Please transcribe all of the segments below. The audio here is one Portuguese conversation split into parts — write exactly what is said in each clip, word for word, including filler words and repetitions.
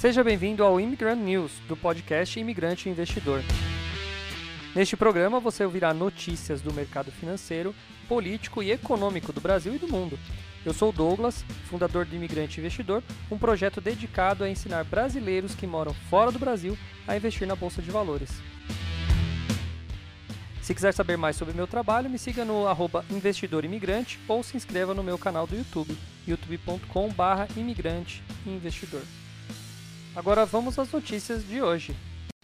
Seja bem-vindo ao Immigrant News, do podcast Imigrante Investidor. Neste programa você ouvirá notícias do mercado financeiro, político e econômico do Brasil e do mundo. Eu sou o Douglas, fundador do Imigrante Investidor, um projeto dedicado a ensinar brasileiros que moram fora do Brasil a investir na Bolsa de Valores. Se quiser saber mais sobre o meu trabalho, me siga no arroba investidorimigrante ou se inscreva no meu canal do YouTube, youtube ponto com barra imigrante investidor. Agora vamos às notícias de hoje.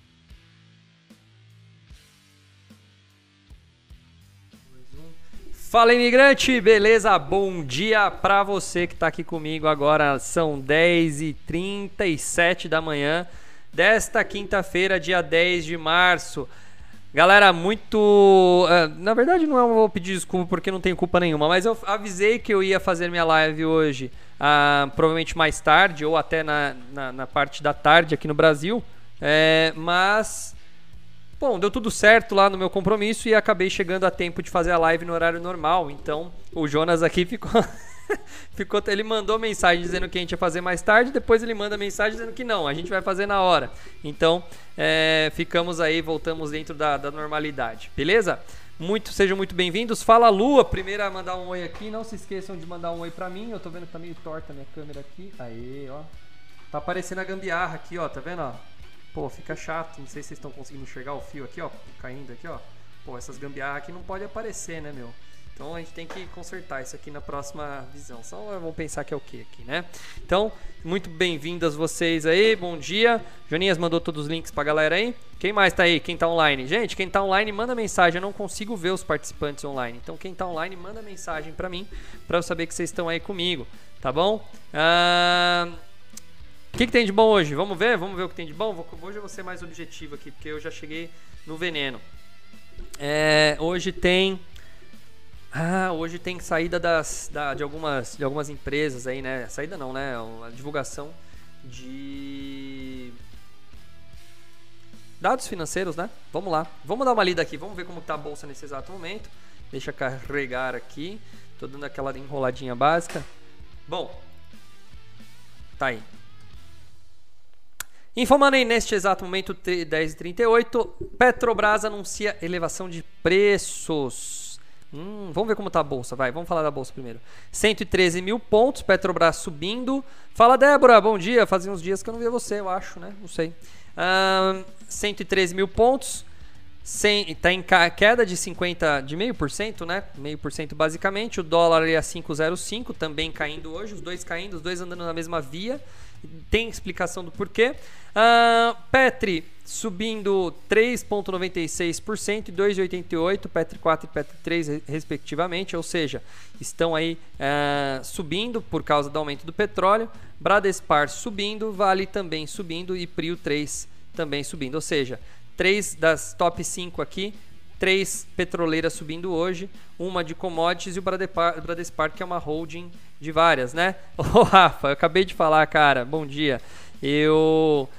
Fala, imigrante, beleza? Bom dia para você que está aqui comigo agora. São dez e trinta e sete da manhã desta quinta-feira, dia dez de março. Galera, muito... Uh, na verdade não é, vou pedir desculpa porque não tenho culpa nenhuma, mas eu avisei que eu ia fazer minha live hoje, uh, provavelmente mais tarde ou até na, na, na parte da tarde aqui no Brasil, é, mas... Bom, deu tudo certo lá no meu compromisso e acabei chegando a tempo de fazer a live no horário normal. Então, o Jonas aqui ficou... ficou ele mandou mensagem dizendo que a gente ia fazer mais tarde, depois ele manda mensagem dizendo que não, a gente vai fazer na hora. Então, é, ficamos aí, voltamos dentro da, da normalidade. Beleza? Muito, sejam muito bem-vindos. Fala, Lua, primeiro a mandar um oi aqui. Não se esqueçam de mandar um oi pra mim. Eu tô vendo que tá meio torta a minha câmera aqui. Aê, ó. Tá aparecendo a gambiarra aqui, ó. Tá vendo, ó? Pô, fica chato, não sei se vocês estão conseguindo enxergar o fio aqui, ó, caindo aqui, ó. Pô, essas gambiarras aqui não pode aparecer, né, meu? Então a gente tem que consertar isso aqui na próxima visão. Só vamos pensar que é o que aqui, né? Então, muito bem-vindas vocês aí, bom dia. Joninhas mandou todos os links pra galera aí. Quem mais tá aí? Quem tá online? Gente, quem tá online, manda mensagem. Eu não consigo ver os participantes online. Então, quem tá online, manda mensagem pra mim, pra eu saber que vocês estão aí comigo, tá bom? Ah... O que, que tem de bom hoje? Vamos ver? Vamos ver o que tem de bom? Hoje eu vou ser mais objetivo aqui, porque eu já cheguei no veneno. É, hoje tem... Ah, hoje tem saída das, da, de, algumas, de algumas empresas aí, né? Saída não, né? A divulgação de... dados financeiros, né? Vamos lá. Vamos dar uma lida aqui. Vamos ver como está a bolsa nesse exato momento. Deixa eu carregar aqui. Tô dando aquela enroladinha básica. Bom, tá aí. Informando aí neste exato momento, dez e trinta e oito, Petrobras anuncia elevação de preços. Hum, vamos ver como está a bolsa, vai, vamos falar da bolsa primeiro. cento e treze mil pontos, Petrobras subindo. Fala, Débora, bom dia. Fazia uns dias que eu não via você, eu acho, né? Não sei. Um, cento e treze mil pontos. Está em queda de cinquenta, de meio por cento, né? Meio por cento basicamente. O dólar ali a cinco vírgula zero cinco, também caindo hoje. Os dois caindo, os dois andando na mesma via. Tem explicação do porquê. Uh, Petri subindo três vírgula noventa e seis por cento e dois vírgula oitenta e oito por cento, Petri quatro e Petri três respectivamente, ou seja, estão aí uh, subindo por causa do aumento do petróleo. Bradespar subindo, Vale também subindo e Prio três também subindo, ou seja, três das top cinco aqui, três petroleiras subindo hoje, uma de commodities e o Bradespar, Bradespar que é uma holding de várias, né? Ô Rafa, eu acabei de falar, cara, bom dia. Eu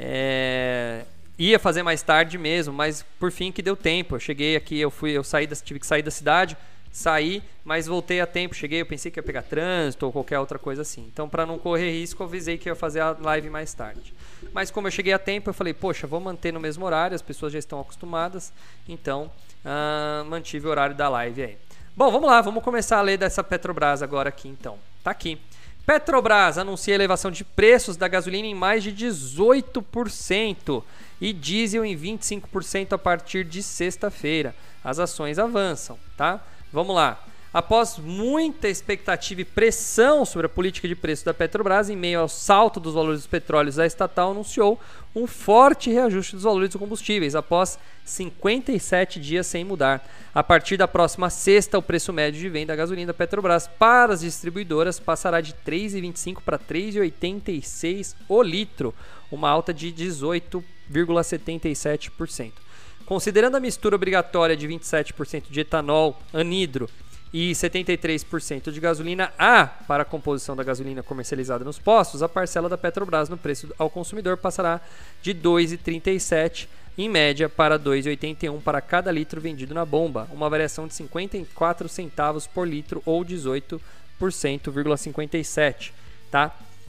é, ia fazer mais tarde mesmo, mas por fim que deu tempo. Eu cheguei aqui, eu fui, eu saí da, tive que sair da cidade, saí, mas voltei a tempo. Cheguei, eu pensei que ia pegar trânsito ou qualquer outra coisa assim. Então, para não correr risco, eu avisei que ia fazer a live mais tarde. Mas como eu cheguei a tempo, eu falei, poxa, vou manter no mesmo horário, as pessoas já estão acostumadas, então uh, mantive o horário da live aí. Bom, vamos lá, vamos começar a ler dessa Petrobras agora aqui então. Tá aqui. Petrobras anuncia elevação de preços da gasolina em mais de dezoito por cento e diesel em vinte e cinco por cento a partir de sexta-feira. As ações avançam, tá? Vamos lá. Após muita expectativa e pressão sobre a política de preço da Petrobras, em meio ao salto dos valores dos petróleos, a estatal anunciou um forte reajuste dos valores dos combustíveis, após cinquenta e sete dias sem mudar. A partir da próxima sexta, o preço médio de venda da gasolina da Petrobras para as distribuidoras passará de três reais e vinte e cinco centavos para três reais e oitenta e seis centavos o litro, uma alta de dezoito vírgula setenta e sete por cento. Considerando a mistura obrigatória de vinte e sete por cento de etanol anidro e setenta e três por cento de gasolina A para a composição da gasolina comercializada nos postos, a parcela da Petrobras no preço ao consumidor passará de dois reais e trinta e sete centavos em média para dois reais e oitenta e um centavos para cada litro vendido na bomba, uma variação de cinquenta e quatro centavos por litro ou dezoito por cento, cinquenta e sete, tá?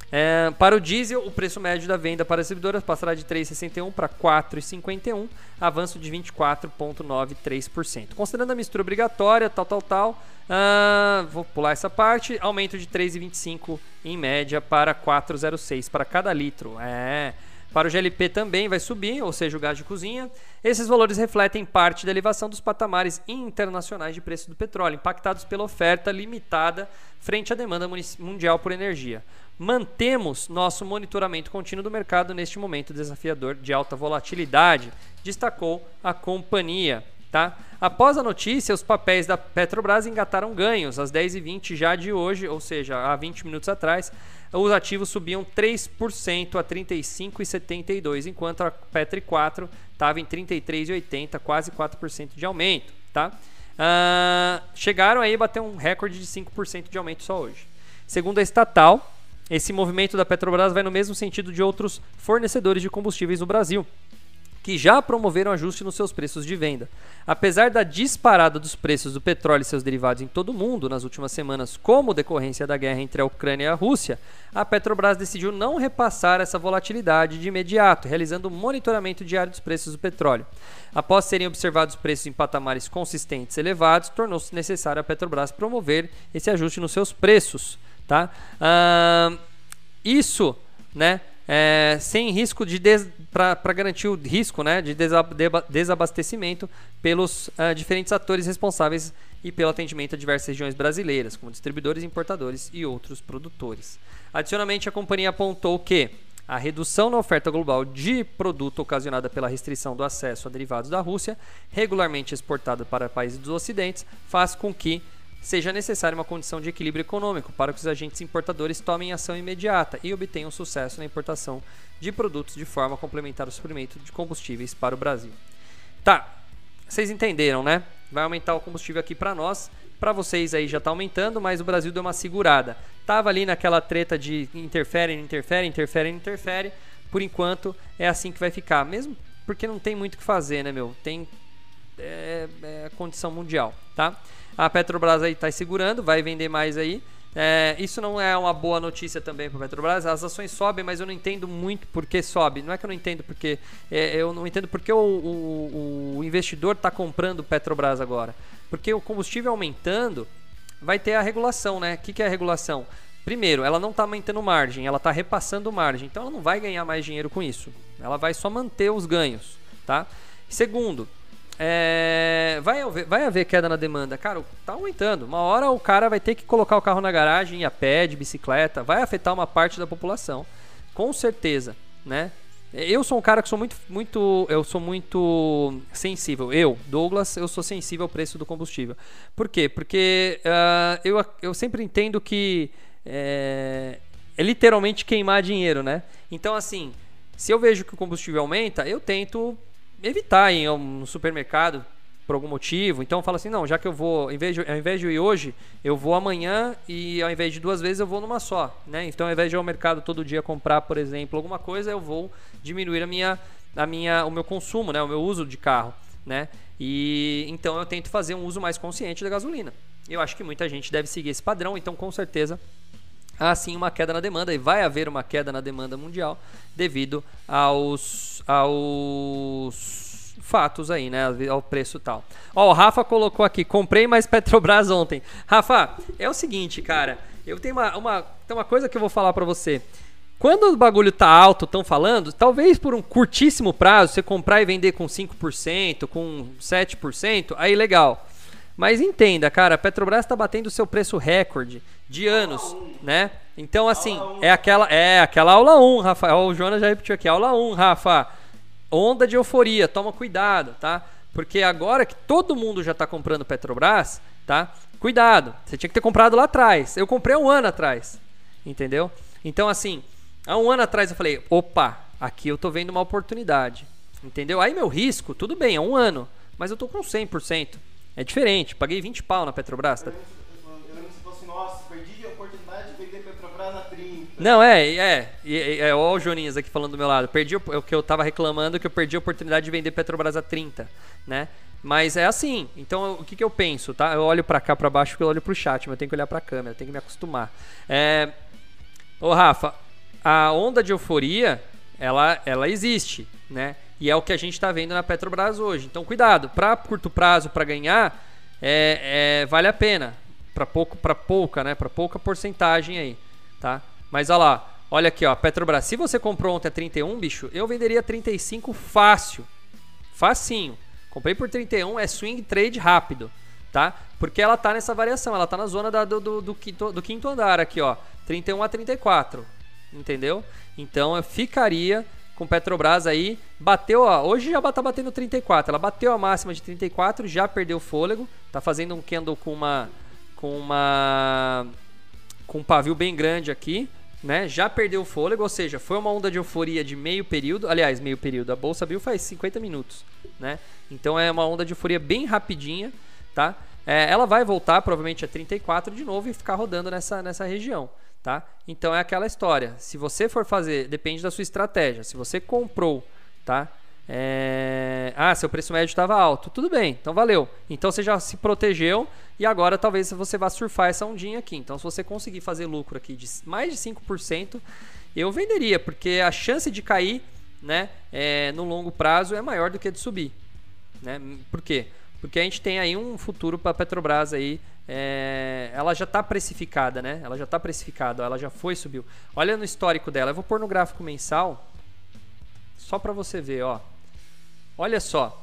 É, para o diesel, o preço médio da venda para as distribuidoras passará de três reais e sessenta e um centavos para quatro reais e cinquenta e um centavos, avanço de vinte e quatro vírgula noventa e três por cento. Considerando a mistura obrigatória, tal, tal, tal, ah, vou pular essa parte, aumento de três reais e vinte e cinco centavos em média para quatro reais e zero seis centavos para cada litro. É... Para o G L P também vai subir, ou seja, o gás de cozinha. Esses valores refletem parte da elevação dos patamares internacionais de preço do petróleo, impactados pela oferta limitada frente à demanda mundial por energia. Mantemos nosso monitoramento contínuo do mercado neste momento desafiador de alta volatilidade, destacou a companhia. Tá? Após a notícia, os papéis da Petrobras engataram ganhos às dez e vinte já de hoje, ou seja, há vinte minutos atrás. Os ativos subiam três por cento a trinta e cinco reais e setenta e dois centavos, enquanto a Petri quatro estava em trinta e três reais e oitenta centavos, quase quatro por cento de aumento. Tá? Ah, chegaram aí a bater um recorde de cinco por cento de aumento só hoje. Segundo a estatal, esse movimento da Petrobras vai no mesmo sentido de outros fornecedores de combustíveis no Brasil, que já promoveram ajuste nos seus preços de venda. Apesar da disparada dos preços do petróleo e seus derivados em todo o mundo nas últimas semanas, como decorrência da guerra entre a Ucrânia e a Rússia, a Petrobras decidiu não repassar essa volatilidade de imediato, realizando um monitoramento diário dos preços do petróleo. Após serem observados preços em patamares consistentes e elevados, tornou-se necessário a Petrobras promover esse ajuste nos seus preços. Tá? Ah, isso, né? É, sem risco de des... para garantir o risco, né, de desab... desabastecimento pelos uh, diferentes atores responsáveis e pelo atendimento a diversas regiões brasileiras, como distribuidores, importadores e outros produtores. Adicionalmente, a companhia apontou que a redução na oferta global de produto ocasionada pela restrição do acesso a derivados da Rússia, regularmente exportado para países dos ocidentes, faz com que seja necessária uma condição de equilíbrio econômico para que os agentes importadores tomem ação imediata e obtenham sucesso na importação de produtos de forma a complementar o suprimento de combustíveis para o Brasil. Tá, vocês entenderam, né? Vai aumentar o combustível aqui para nós, para vocês aí já está aumentando, mas o Brasil deu uma segurada. Tava ali naquela treta de interfere, interfere, interfere, interfere. Por enquanto é assim que vai ficar, mesmo porque não tem muito o que fazer, né, meu? Tem é, é, condição mundial, tá? A Petrobras aí está segurando, vai vender mais aí. É, isso não é uma boa notícia também para a Petrobras. As ações sobem, mas eu não entendo muito por que sobe. Não é que eu não entendo porque é, eu não entendo porque o, o, o investidor está comprando Petrobras agora. Porque o combustível aumentando, vai ter a regulação, né? O que, que é a regulação? Primeiro, ela não está aumentando margem, ela está repassando margem. Então ela não vai ganhar mais dinheiro com isso. Ela vai só manter os ganhos, tá? Segundo, É, vai, haver, vai haver queda na demanda. Cara, tá aumentando. Uma hora o cara vai ter que colocar o carro na garagem, ir a pé, de bicicleta. Vai afetar uma parte da população, com certeza, né? Eu sou um cara que sou muito, muito, eu sou muito sensível. Eu, Douglas, eu sou sensível ao preço do combustível. Por quê? Porque uh, eu, eu sempre entendo que é, é literalmente queimar dinheiro, né? Então, assim, se eu vejo que o combustível aumenta, eu tento evitar ir no supermercado por algum motivo. Então eu falo assim, não, já que eu vou, ao invés, de, ao invés de ir hoje, eu vou amanhã e ao invés de duas vezes eu vou numa só, né? Então ao invés de ir ao mercado todo dia comprar, por exemplo, alguma coisa, eu vou diminuir a minha, a minha, o meu consumo, né? O meu uso de carro, né? E então eu tento fazer um uso mais consciente da gasolina. Eu acho que muita gente deve seguir esse padrão, então com certeza há sim uma queda na demanda e vai haver uma queda na demanda mundial devido aos, aos fatos aí, né, ao preço tal. Ó, o Rafa colocou aqui, comprei mais Petrobras ontem. Rafa, é o seguinte, cara, eu tenho uma, uma, tem uma coisa que eu vou falar pra você. Quando o bagulho tá alto, estão falando, talvez por um curtíssimo prazo, você comprar e vender com cinco por cento, com sete por cento, aí legal. Mas entenda, cara, a Petrobras está batendo o seu preço recorde de anos, né? Então, assim, é aquela, é aquela aula um, Rafa. O Jonas já repetiu aqui, aula um, Rafa. Onda de euforia, toma cuidado, tá? Porque agora que todo mundo já está comprando Petrobras, tá? Cuidado, você tinha que ter comprado lá atrás. Eu comprei um ano atrás, entendeu? Então, assim, há um ano atrás eu falei, opa, aqui eu tô vendo uma oportunidade, entendeu? Aí meu risco, tudo bem, é um ano, mas eu tô com cem por cento. É diferente, paguei vinte pau na Petrobras. Tá? Eu lembro que você falou assim, nossa, perdi a oportunidade de vender Petrobras na trinta. Não, é, é, é, é ó o Joninhas aqui falando do meu lado. Perdi o, o que eu tava reclamando, que eu perdi a oportunidade de vender Petrobras a trinta, né? Mas é assim, então o que, que eu penso, tá? Eu olho pra cá, pra baixo, porque eu olho pro chat, mas eu tenho que olhar pra câmera, eu tenho que me acostumar. É... Ô Rafa, a onda de euforia, ela, ela existe, né? E é o que a gente está vendo na Petrobras hoje. Então, cuidado, para curto prazo, para ganhar, é, é, vale a pena. Para pouco, para pouca, né? Para pouca porcentagem aí, tá? Mas olha lá, olha aqui, ó, Petrobras. Se você comprou ontem a trinta e um, bicho, eu venderia trinta e cinco fácil, facinho. Comprei por trinta e um, é swing trade rápido, tá? Porque ela tá nessa variação, ela tá na zona da, do, do, do, quinto, do quinto andar aqui, ó, trinta e um a trinta e quatro, entendeu? Então eu ficaria com Petrobras aí, bateu, ó, hoje já tá batendo trinta e quatro, ela bateu a máxima de trinta e quatro, já perdeu fôlego, tá fazendo um candle com uma com uma com um pavio bem grande aqui, né? Já perdeu o fôlego, ou seja, foi uma onda de euforia de meio período, aliás, meio período, a bolsa abriu faz cinquenta minutos, né? Então é uma onda de euforia bem rapidinha, tá? É, ela vai voltar provavelmente a trinta e quatro de novo e ficar rodando nessa, nessa região, tá? Então é aquela história, se você for fazer, depende da sua estratégia, se você comprou, tá? É... Ah, seu preço médio estava alto, tudo bem, então valeu, então você já se protegeu e agora talvez você vá surfar essa ondinha aqui. Então se você conseguir fazer lucro aqui de mais de cinco por cento, eu venderia, porque a chance de cair, né, é, no longo prazo é maior do que de subir, né? Por quê? Porque a gente tem aí um futuro para a Petrobras aí, é, ela já está precificada, né? Ela já está precificada, ela já foi, subiu. Olha no histórico dela, eu vou pôr no gráfico mensal, só para você ver, ó. Olha só,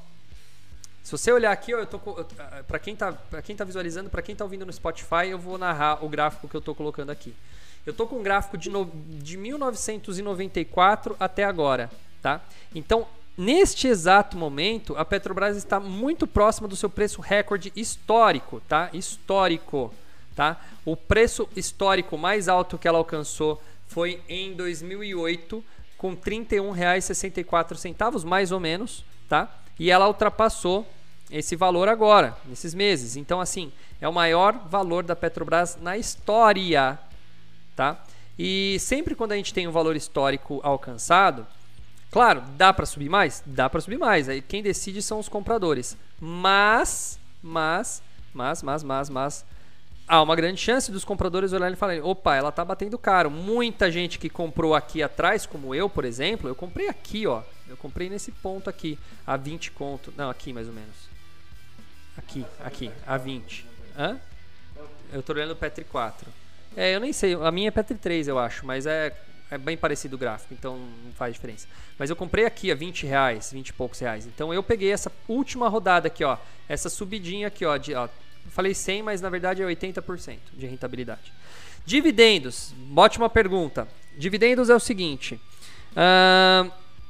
se você olhar aqui, ó, eu tô para quem tá, para quem tá visualizando, para quem tá ouvindo no Spotify, eu vou narrar o gráfico que eu tô colocando aqui. Eu tô com um gráfico de, no, de mil novecentos e noventa e quatro até agora, tá? Então, neste exato momento, a Petrobras está muito próxima do seu preço recorde histórico, tá? Histórico, tá? O preço histórico mais alto que ela alcançou foi em dois mil e oito, com trinta e um reais e sessenta e quatro centavos, mais ou menos, tá? E ela ultrapassou esse valor agora, nesses meses. Então, assim, é o maior valor da Petrobras na história, tá? E sempre quando a gente tem um valor histórico alcançado, claro, dá para subir mais? Dá para subir mais. Aí quem decide são os compradores. Mas, mas, mas, mas, mas, mas, há uma grande chance dos compradores olharem e falarem: opa, ela tá batendo caro. Muita gente que comprou aqui atrás, como eu, por exemplo, eu comprei aqui, ó. Eu comprei nesse ponto aqui, a vinte conto. Não, aqui mais ou menos. Aqui, aqui, a vinte. Hã? Eu tô olhando o Petri quatro. É, eu nem sei, a minha é Petri três, eu acho, mas é, é bem parecido o gráfico, então não faz diferença. Mas eu comprei aqui a vinte reais, vinte e poucos reais. Então eu peguei essa última rodada aqui, ó. Essa subidinha aqui, ó. De, ó eu falei cem, mas na verdade é oitenta por cento de rentabilidade. Dividendos, ótima pergunta. Dividendos é o seguinte. Uh,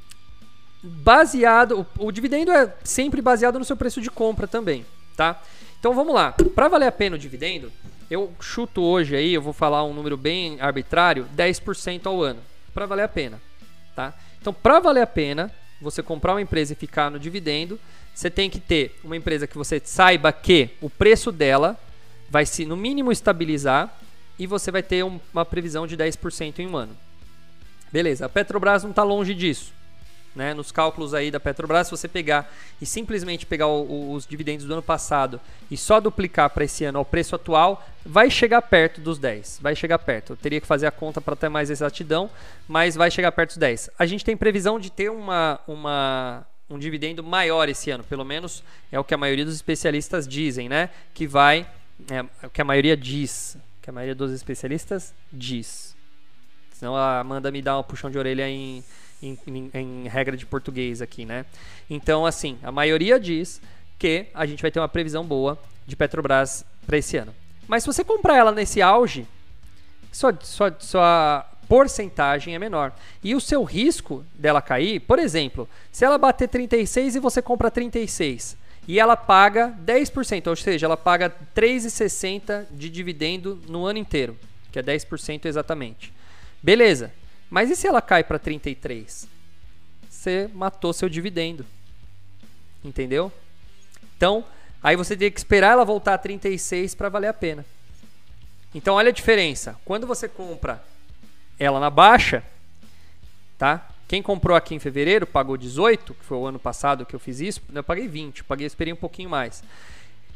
baseado, o, o dividendo é sempre baseado no seu preço de compra também, tá? Então vamos lá. Para valer a pena o dividendo, eu chuto hoje aí, eu vou falar um número bem arbitrário, dez por cento ao ano. Para valer a pena, tá? Então, para valer a pena você comprar uma empresa e ficar no dividendo, você tem que ter uma empresa que você saiba que o preço dela vai se, no mínimo, estabilizar e você vai ter um, uma previsão de dez por cento em um ano. Beleza, a Petrobras não está longe disso, né? Nos cálculos aí da Petrobras, se você pegar e simplesmente pegar o, o, os dividendos do ano passado e só duplicar para esse ano ao preço atual, vai chegar perto dos dez, vai chegar perto. Eu teria que fazer a conta para ter mais exatidão, mas vai chegar perto dos dez. A gente tem previsão de ter uma, uma, um dividendo maior esse ano, pelo menos é o que a maioria dos especialistas dizem, né? Que vai, é, o que a maioria diz, que a maioria dos especialistas diz. Senão a Amanda me dá um puxão de orelha em Em, em, em regra de português aqui, né? Então, assim, a maioria diz que a gente vai ter uma previsão boa de Petrobras para esse ano. Mas se você comprar ela nesse auge, sua, sua, sua porcentagem é menor. E o seu risco dela cair, por exemplo, se ela bater trinta e seis e você compra trinta e seis e ela paga dez por cento, ou seja, ela paga três reais e sessenta centavos de dividendo no ano inteiro, que é dez por cento exatamente. Beleza. Mas e se ela cai para trinta e três? Você matou seu dividendo. Entendeu? Então, aí você tem que esperar ela voltar a trinta e seis para valer a pena. Então, olha a diferença. Quando você compra ela na baixa, tá? Quem comprou aqui em fevereiro pagou dezoito, que foi o ano passado que eu fiz isso. Eu paguei vinte, paguei, esperei um pouquinho mais.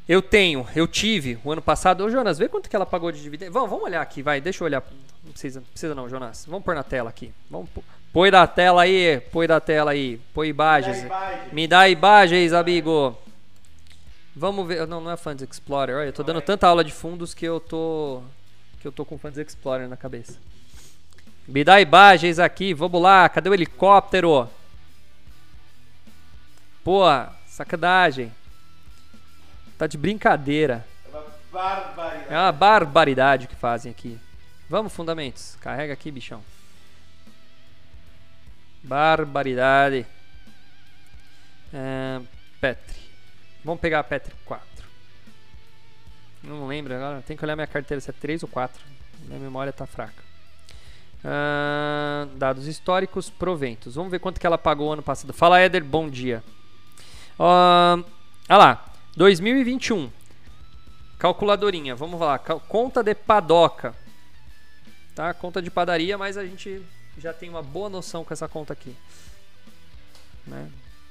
Eu tenho, eu tive o ano passado. Ô, Jonas, vê quanto que ela pagou de dividendo. Vamos, vamos olhar aqui, vai. Deixa eu olhar. Não precisa, não precisa não, Jonas. Vamos pôr na tela aqui. Vamos pôr. Põe da tela aí, põe da tela aí. Põe imagens. Me dá imagens, amigo. Vamos ver. Não, não é Funds Explorer. Olha, eu tô dando tanta aula de fundos que eu tô. Que eu tô com Funds Explorer na cabeça. Me dá imagens aqui. Vamos lá. Cadê o helicóptero? Pô, sacanagem. Tá de brincadeira. É uma barbaridade. É uma barbaridade que fazem aqui. Vamos, fundamentos. Carrega aqui, bichão. Barbaridade. É, Petri. Vamos pegar a Petri quatro. Não lembro agora. Tem que olhar minha carteira se é três ou quatro. Minha memória tá fraca. Ah, dados históricos, proventos. Vamos ver quanto que ela pagou ano passado. Fala, Éder, bom dia. Ah, olha lá. dois mil e vinte e um. Calculadorinha. Vamos lá. Conta de padoca. Tá? Conta de padaria, mas a gente já tem uma boa noção com essa conta aqui. Né?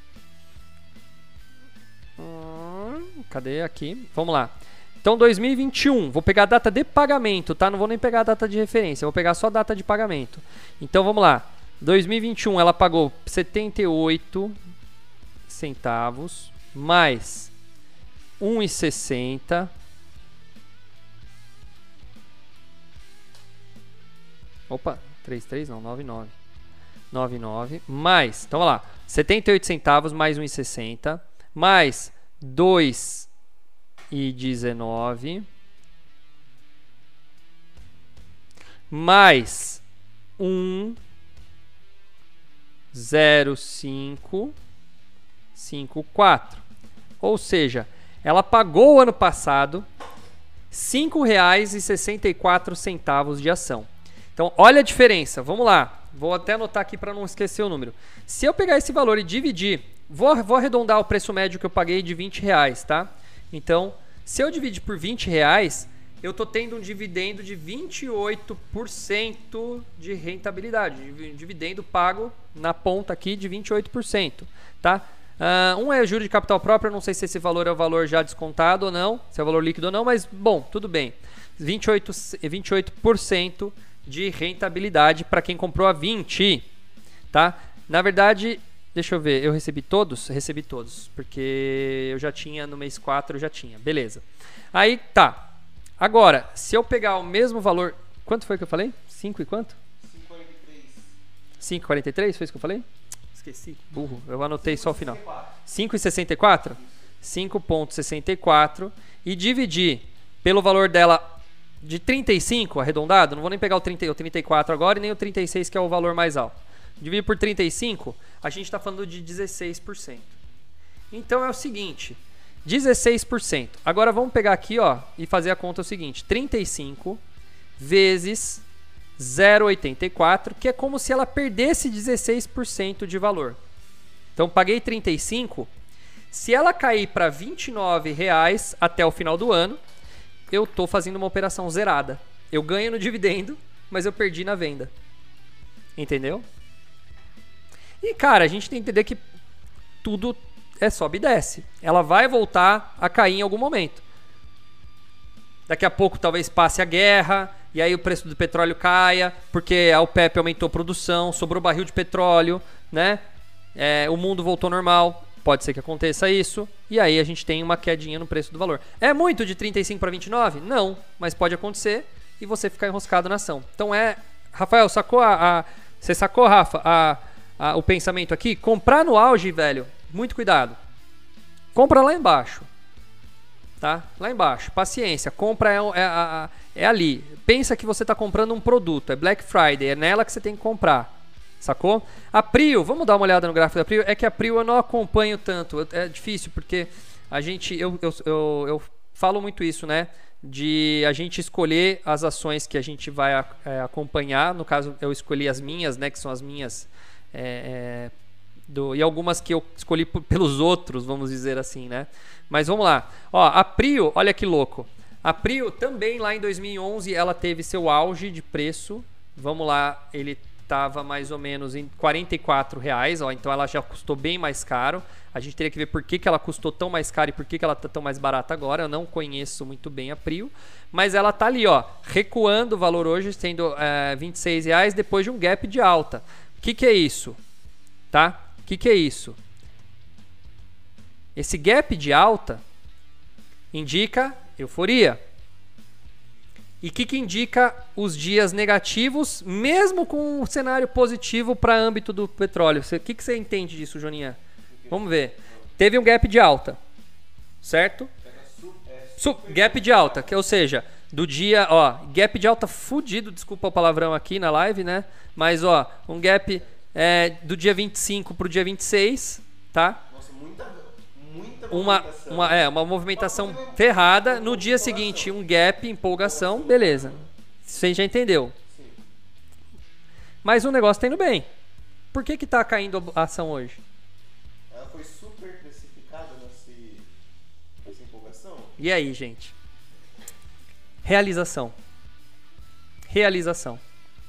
Hum, cadê aqui? Vamos lá. Então, dois mil e vinte e um. Vou pegar a data de pagamento, tá? Não vou nem pegar a data de referência. Vou pegar só a data de pagamento. Então, vamos lá. dois mil e vinte e um, ela pagou setenta e oito centavos mais um real e sessenta. Opa, trinta e três não, noventa e nove. noventa e nove mais, então vamos lá, setenta e oito centavos mais um real e sessenta mais dois reais e dezenove mais um zero cinco cinco quatro. Ou seja, ela pagou o ano passado cinco reais e sessenta e quatro centavos de ação. Então, olha a diferença. Vamos lá. Vou até anotar aqui para não esquecer o número. Se eu pegar esse valor e dividir, vou, vou arredondar o preço médio que eu paguei de vinte reais, tá? Então, se eu dividir por vinte reais, eu estou tendo um dividendo de vinte e oito por cento de rentabilidade. Dividendo pago na ponta aqui de vinte e oito por cento, tá? Uh, um é juro de capital próprio, eu não sei se esse valor é o valor já descontado ou não, se é o valor líquido ou não, mas bom, tudo bem. vinte e oito, vinte e oito por cento de rentabilidade para quem comprou a vinte, tá? Na verdade, deixa eu ver, eu recebi todos? Recebi todos, porque eu já tinha no mês quatro, eu já tinha, beleza. Aí, tá. Agora, se eu pegar o mesmo valor, quanto foi que eu falei? cinco e quanto? cinco e quarenta e três. cinco e quarenta e três, foi isso que eu falei? Esqueci, burro, eu anotei só o final. cinco e sessenta e quatro? cinco vírgula sessenta e quatro e dividir pelo valor dela de trinta e cinco, arredondado, não vou nem pegar o, trinta, o trinta e quatro agora e nem o trinta e seis, que é o valor mais alto. Dividir por trinta e cinco, a gente está falando de dezesseis por cento. Então é o seguinte, dezesseis por cento. Agora vamos pegar aqui, ó, e fazer a conta o seguinte, trinta e cinco vezes zero vírgula oitenta e quatro, que é como se ela perdesse dezesseis por cento de valor. Então paguei trinta e cinco, se ela cair para vinte e nove reais até o final do ano, eu estou fazendo uma operação zerada. Eu ganho no dividendo, mas eu perdi na venda. Entendeu? E, cara, a gente tem que entender que tudo é sobe e desce. Ela vai voltar a cair em algum momento. Daqui a pouco talvez passe a guerra, e aí o preço do petróleo caia, porque a OPEP aumentou a produção, sobrou barril de petróleo, né? É, o mundo voltou ao normal. Pode ser que aconteça isso, e aí a gente tem uma quedinha no preço do valor. É muito de trinta e cinco para vinte e nove? Não, mas pode acontecer e você ficar enroscado na ação. Então é... Rafael, sacou a... a você sacou, Rafa, a, a, o pensamento aqui? Comprar no auge, velho, muito cuidado. Compra lá embaixo, tá? Lá embaixo, paciência. Compra é, é, é, é ali. Pensa que você está comprando um produto, é Black Friday, é nela que você tem que comprar. Sacou? A Prio, vamos dar uma olhada no gráfico da Prio. É que a Prio eu não acompanho tanto. É difícil porque a gente, eu, eu, eu, eu falo muito isso, né? De a gente escolher as ações que a gente vai é, acompanhar. No caso, eu escolhi as minhas, né? Que são as minhas. É, é, do, e algumas que eu escolhi por, pelos outros, vamos dizer assim, né? Mas vamos lá. Ó, a Prio, olha que louco. A Prio também lá em dois mil e onze ela teve seu auge de preço. Vamos lá, ele estava mais ou menos em quarenta e quatro reais, ó, então ela já custou bem mais caro. A gente teria que ver por que, que ela custou tão mais caro e por que, que ela está tão mais barata agora. Eu não conheço muito bem a Prio, mas ela está ali, ó, recuando o valor hoje, sendo é, vinte e seis reais depois de um gap de alta. O que, que é isso? Tá? O que, que é isso? Esse gap de alta indica euforia. E o que, que indica os dias negativos, mesmo com um cenário positivo para âmbito do petróleo? O que, que você entende disso, Joninha? Vamos ver. Teve um gap de alta, certo? Su gap de alta, que, ou seja, do dia, ó, gap de alta fudido, desculpa o palavrão aqui na live, né? Mas, ó, um gap é, do dia vinte e cinco para o dia vinte e seis, tá? Nossa, muita, muita uma, movimentação. uma, é, uma movimentação ferrada. No dia seguinte, um gap, empolgação, beleza. Você já entendeu. Sim. Mas o negócio tá indo bem. Por que que tá caindo a ação hoje? Ela foi super precificada nesse, nessa empolgação. E aí, gente? Realização. Realização.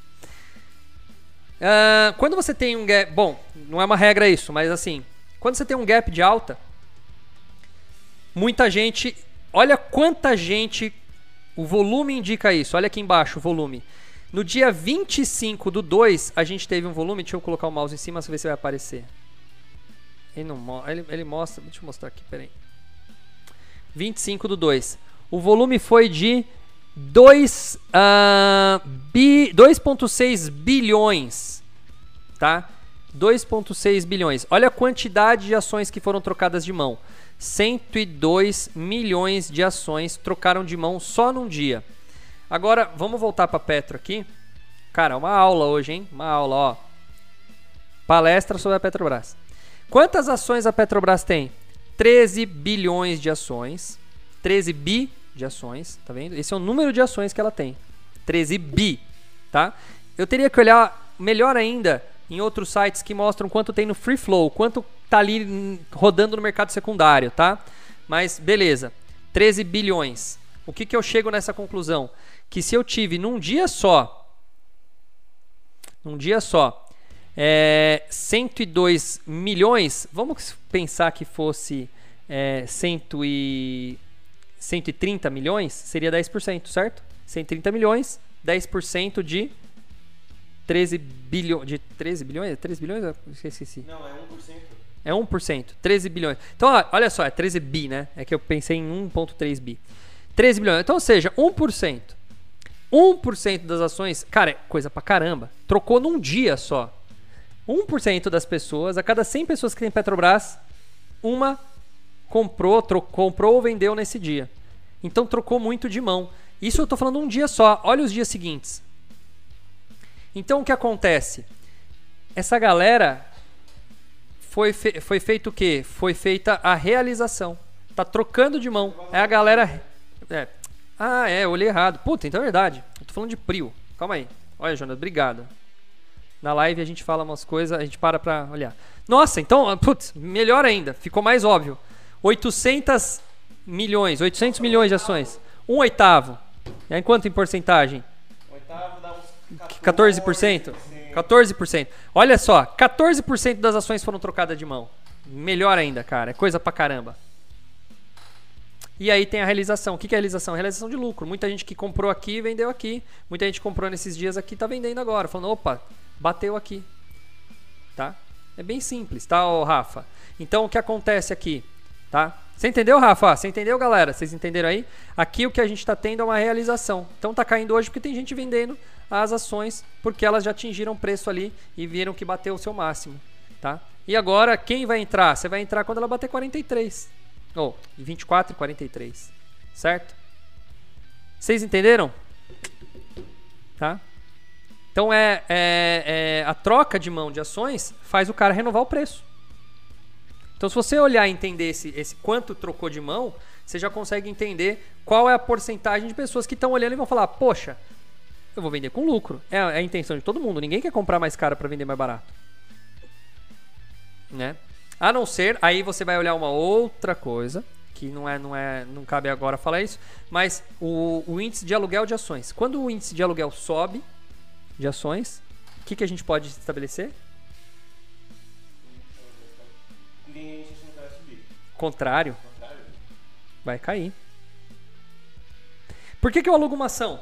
Uh, quando você tem um gap... Bom, não é uma regra isso, mas assim... Quando você tem um gap de alta, muita gente... Olha quanta gente... O volume indica isso. Olha aqui embaixo o volume. No dia vinte e cinco do dois, a gente teve um volume... Deixa eu colocar o mouse em cima, pra ver se vai aparecer. Ele, não, ele, ele mostra... Deixa eu mostrar aqui, peraí. vinte e cinco do dois. O volume foi de dois vírgula seis bilhões, tá? dois vírgula seis bilhões. Olha a quantidade de ações que foram trocadas de mão. cento e dois milhões de ações trocaram de mão só num dia. Agora, vamos voltar para a Petro aqui. Cara, uma aula hoje, hein? Uma aula, ó. Palestra sobre a Petrobras. Quantas ações a Petrobras tem? treze bilhões de ações. treze bi de ações, tá vendo? Esse é o número de ações que ela tem. treze bi, tá? Eu teria que olhar melhor ainda em outros sites que mostram quanto tem no free flow, quanto tá ali rodando no mercado secundário, tá? Mas beleza, treze bilhões. O que que eu chego nessa conclusão? Que se eu tive num dia só, num dia só, é, cento e dois milhões, vamos pensar que fosse é, cento e trinta milhões, seria dez por cento, certo? cento e trinta milhões, dez por cento de treze bilhões. De treze bilhões? treze bilhões? Eu esqueci. Não, é um por cento. É um por cento, treze bilhões. Então, olha só, é treze bi, né? É que eu pensei em um vírgula três bi. treze bilhões. Então, ou seja, um por cento. um por cento das ações, cara, é coisa pra caramba. Trocou num dia só. um por cento das pessoas, a cada cem pessoas que tem Petrobras, uma comprou, trocou, comprou ou vendeu nesse dia. Então trocou muito de mão. Isso eu tô falando um dia só. Olha os dias seguintes. Então o que acontece? Essa galera foi, fe foi feito o quê? Foi feita a realização. Tá trocando de mão. É a galera... É. Ah, é, eu olhei errado. Puta, então é verdade. Eu tô falando de Prio. Calma aí. Olha, Jonas, obrigado. Na live a gente fala umas coisas, a gente para pra olhar. Nossa, então, putz, melhor ainda. Ficou mais óbvio. oitocentos milhões, oitocentos milhões de ações. Um oitavo. É em quanto em porcentagem? Oitavo dá uns quatorze por cento? quatorze por cento. Olha só, quatorze por cento das ações foram trocadas de mão. Melhor ainda, cara. É coisa pra caramba. E aí tem a realização. O que é a realização? A realização de lucro. Muita gente que comprou aqui vendeu aqui. Muita gente comprou nesses dias aqui tá vendendo agora. Falando, opa, bateu aqui. Tá? É bem simples, tá, ô Rafa? Então o que acontece aqui? Tá? Você entendeu, Rafa? Você entendeu, galera? Vocês entenderam aí? Aqui o que a gente está tendo é uma realização. Então tá caindo hoje porque tem gente vendendo as ações porque elas já atingiram o preço ali e viram que bateu o seu máximo. Tá? E agora quem vai entrar? Você vai entrar quando ela bater quarenta e três. Ou oh, vinte e quatro e quarenta e três. Certo? Vocês entenderam? Tá? Então é, é, é a troca de mão de ações faz o cara renovar o preço. Então, se você olhar e entender esse, esse quanto trocou de mão, você já consegue entender qual é a porcentagem de pessoas que estão olhando e vão falar, poxa, eu vou vender com lucro. É a, é a intenção de todo mundo. Ninguém quer comprar mais caro para vender mais barato. Né? A não ser, aí você vai olhar uma outra coisa, que não, é, não, é, não cabe agora falar isso, mas o, o índice de aluguel de ações. Quando o índice de aluguel sobe de ações, O que, que a gente pode estabelecer? Cliente achando que vai subir. Contrário, Contrário. vai cair. Por que, que eu alugo uma ação?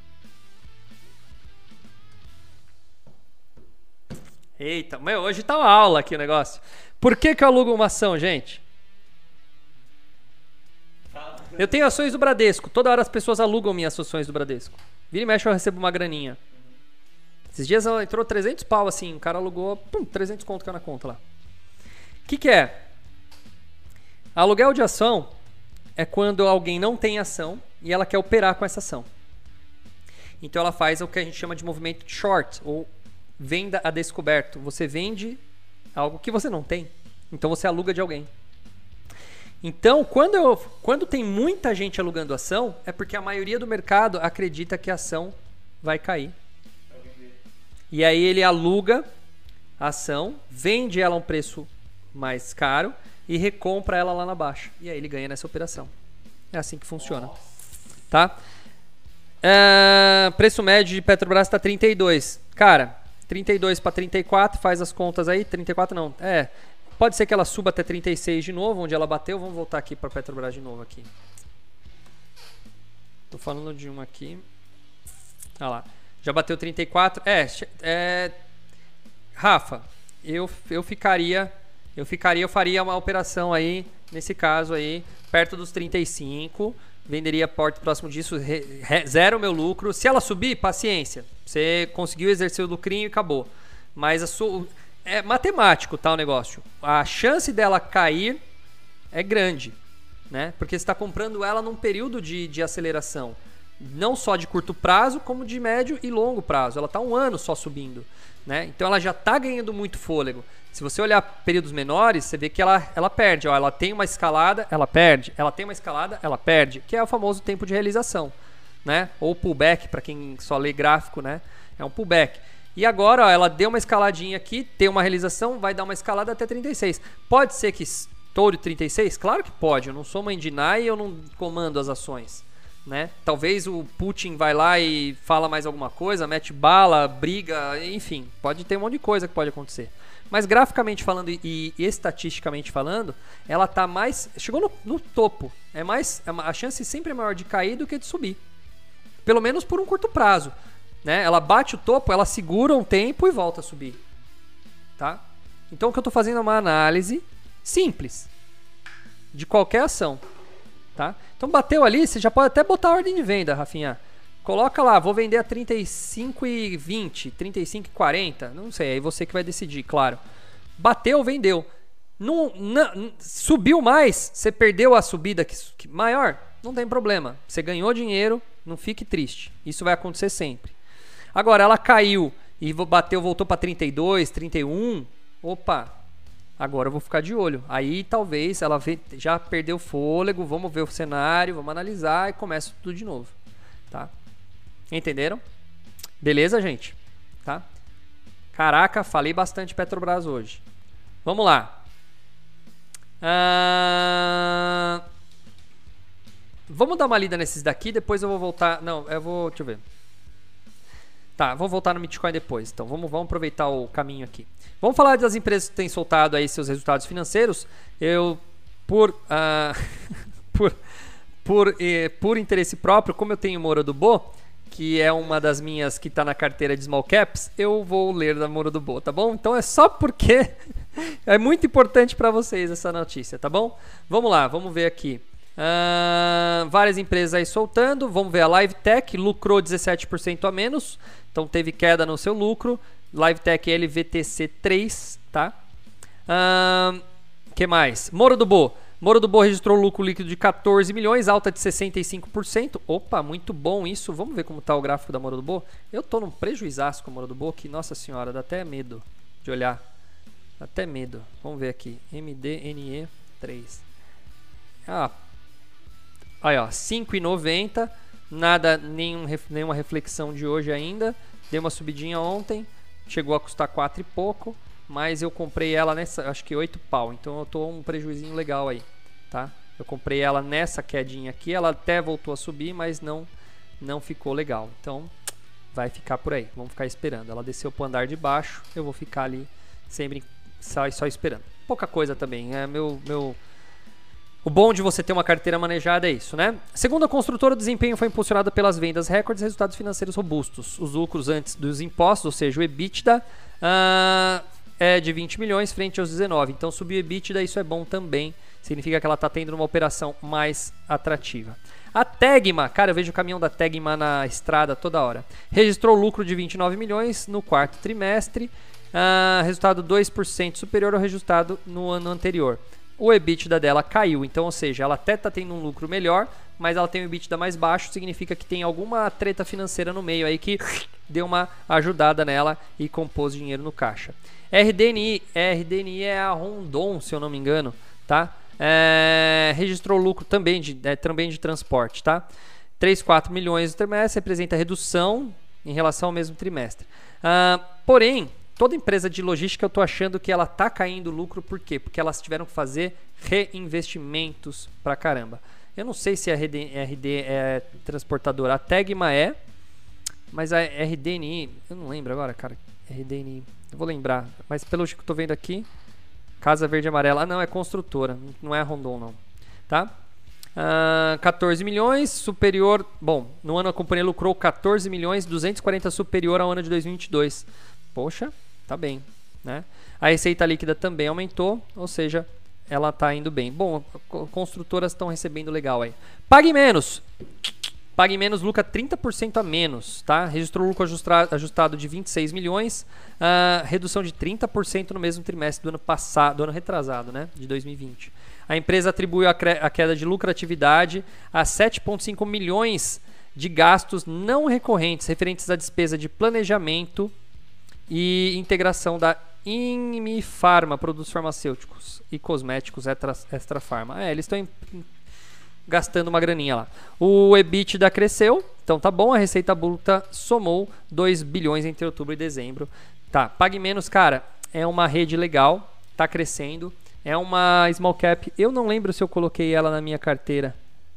Eita, meu, hoje tá uma aula aqui o negócio. Por que, que eu alugo uma ação, gente? Eu tenho ações do Bradesco. Toda hora as pessoas alugam minhas ações do Bradesco. Vira e mexe eu recebo uma graninha. Esses dias entrou trezentos pau assim. O cara alugou, pum, trezentos conto caiu na conta lá. O que, que é? Aluguel de ação é quando alguém não tem ação e ela quer operar com essa ação. Então ela faz o que a gente chama de movimento short ou venda a descoberto. Você vende algo que você não tem. Então você aluga de alguém. Então, quando, eu, quando tem muita gente alugando ação, é porque a maioria do mercado acredita que a ação vai cair. E aí ele aluga a ação, vende ela a um preço mais caro e recompra ela lá na baixa. E aí ele ganha nessa operação. É assim que funciona. Tá? É, preço médio de Petrobras está trinta e dois. Cara, trinta e dois para trinta e quatro, faz as contas aí. trinta e quatro não. É... Pode ser que ela suba até trinta e seis de novo, onde ela bateu. Vamos voltar aqui para Petrobras de novo aqui. Tô falando de uma aqui. Ah lá. Já bateu trinta e quatro. É, é Rafa, eu, eu ficaria, eu ficaria, eu faria uma operação aí, nesse caso aí, perto dos trinta e cinco. Venderia porte próximo disso, re, re, zero o meu lucro. Se ela subir, paciência. Você conseguiu exercer o lucrinho e acabou. Mas a sua... É matemático, tá, o negócio. A chance dela cair é grande, né? Porque você está comprando ela num período de, de aceleração. Não só de curto prazo, como de médio e longo prazo. Ela está um ano só subindo, né? Então ela já está ganhando muito fôlego. Se você olhar períodos menores, você vê que ela, ela perde. Ó, ela tem uma escalada, ela perde. Ela tem uma escalada, ela perde. Que é o famoso tempo de realização, né? Ou pullback, para quem só lê gráfico, né? É um pullback. E agora, ó, ela deu uma escaladinha aqui, tem uma realização, vai dar uma escalada até trinta e seis. Pode ser que estoure trinta e seis? Claro que pode. Eu não sou mãe de Ná e eu não comando as ações, né? Talvez o Putin vai lá e fala mais alguma coisa, mete bala, briga, enfim. Pode ter um monte de coisa que pode acontecer. Mas graficamente falando e, e estatisticamente falando, ela tá mais... Chegou no, no topo. É mais, a chance sempre é maior de cair do que de subir. Pelo menos por um curto prazo. Né? Ela bate o topo, ela segura um tempo e volta a subir, tá? Então o que eu estou fazendo é uma análise simples de qualquer ação, tá? Então bateu ali, você já pode até botar a ordem de venda, Rafinha. Coloca lá, vou vender a trinta e cinco e vinte, trinta e cinco e quarenta, não sei, aí você que vai decidir, claro. Bateu, vendeu. Não, não, subiu mais, você perdeu a subida que, que maior, não tem problema. Você ganhou dinheiro, não fique triste. Isso vai acontecer sempre. Agora, ela caiu e bateu, voltou para trinta e dois, trinta e um. Opa, agora eu vou ficar de olho. Aí talvez ela já perdeu fôlego, vamos ver o cenário, vamos analisar e começa tudo de novo. Tá? Entenderam? Beleza, gente? Tá? Caraca, falei bastante Petrobras hoje. Vamos lá. Ah, vamos dar uma lida nesses daqui, depois eu vou voltar... Não, eu vou... Deixa eu ver. Tá, vou voltar no Bitcoin depois. Então vamos, vamos aproveitar o caminho aqui. Vamos falar das empresas que têm soltado aí seus resultados financeiros. Eu, por, uh, por, por, eh, por interesse próprio, como eu tenho Moura do Bo, que é uma das minhas que está na carteira de Small Caps, eu vou ler da Moura do Bo, tá bom? Então é só porque é muito importante para vocês essa notícia, tá bom? Vamos lá, vamos ver aqui. Uh, várias empresas aí soltando. Vamos ver a LiveTech, lucrou dezessete por cento a menos, então teve queda no seu lucro. LiveTech L V T C três, tá? Uh, que mais? Moura do Bo. Moura do Bo registrou lucro líquido de quatorze milhões, alta de sessenta e cinco por cento. Opa, muito bom isso. Vamos ver como tá o gráfico da Moura do Bo. Eu tô num prejuizaço com a Moura do Bo, que nossa senhora, dá até medo de olhar. Dá até medo. Vamos ver aqui. M D N E três. Ah, aí ó, cinco e noventa, nada, nenhum, nenhuma reflexão de hoje ainda. Deu uma subidinha ontem, chegou a custar quatro e pouco, mas eu comprei ela nessa, acho que oito pau, então eu tô um prejuizinho legal aí, tá? Eu comprei ela nessa quedinha aqui, ela até voltou a subir, mas não, não ficou legal. Então, vai ficar por aí. Vamos ficar esperando. Ela desceu pro andar de baixo, eu vou ficar ali sempre só, só esperando. Pouca coisa também. É meu, meu... O bom de você ter uma carteira manejada é isso, né? Segundo a construtora, o desempenho foi impulsionado pelas vendas recordes e resultados financeiros robustos. Os lucros antes dos impostos, ou seja, o EBITDA, uh, é de vinte milhões frente aos dezenove. Então, subir o EBITDA, isso é bom também. Significa que ela está tendo uma operação mais atrativa. A Tegma, cara, eu vejo o caminhão da Tegma na estrada toda hora. Registrou lucro de vinte e nove milhões no quarto trimestre. Uh, resultado dois por cento superior ao resultado no ano anterior. O EBITDA dela caiu, então, ou seja, ela até está tendo um lucro melhor, mas ela tem um EBITDA mais baixo, significa que tem alguma treta financeira no meio aí que deu uma ajudada nela e compôs dinheiro no caixa. R D N I, R D N I é a Rondon, se eu não me engano, tá? É, registrou lucro também de, é, também de transporte, tá? três, quatro milhões no trimestre, representa redução em relação ao mesmo trimestre. Uh, porém, toda empresa de logística eu estou achando que ela está caindo lucro, por quê? Porque elas tiveram que fazer reinvestimentos pra caramba. Eu não sei se a R D, R D é transportadora, a Tegma é, mas a R D N I, eu não lembro agora, cara, R D N I, eu vou lembrar, mas pelo que eu estou vendo aqui, Casa Verde e Amarela, ah não, é construtora, não é a Rondon não, tá? Uh, quatorze milhões, superior, bom, no ano a companhia lucrou quatorze milhões, duzentos e quarenta superior ao ano de dois mil e vinte e dois. Poxa, tá bem, né? A receita líquida também aumentou, ou seja, ela tá indo bem. Bom, construtoras estão recebendo legal aí. Pague menos. Pague menos, lucra trinta por cento a menos, tá? Registrou lucro ajustado de vinte e seis milhões, uh, redução de trinta por cento no mesmo trimestre do ano passado, do ano retrasado, né? De dois mil e vinte. A empresa atribuiu a, a queda de lucratividade a sete vírgula cinco milhões de gastos não recorrentes referentes à despesa de planejamento e integração da Inmifarma, produtos farmacêuticos e cosméticos extra, extra Pharma. É, eles estão gastando uma graninha lá. O EBITDA cresceu, então tá bom. A receita bruta somou dois bilhões entre outubro e dezembro. Tá, Pague Menos, cara, é uma rede legal, tá crescendo. É uma small cap. Eu não lembro se eu coloquei ela na minha carteira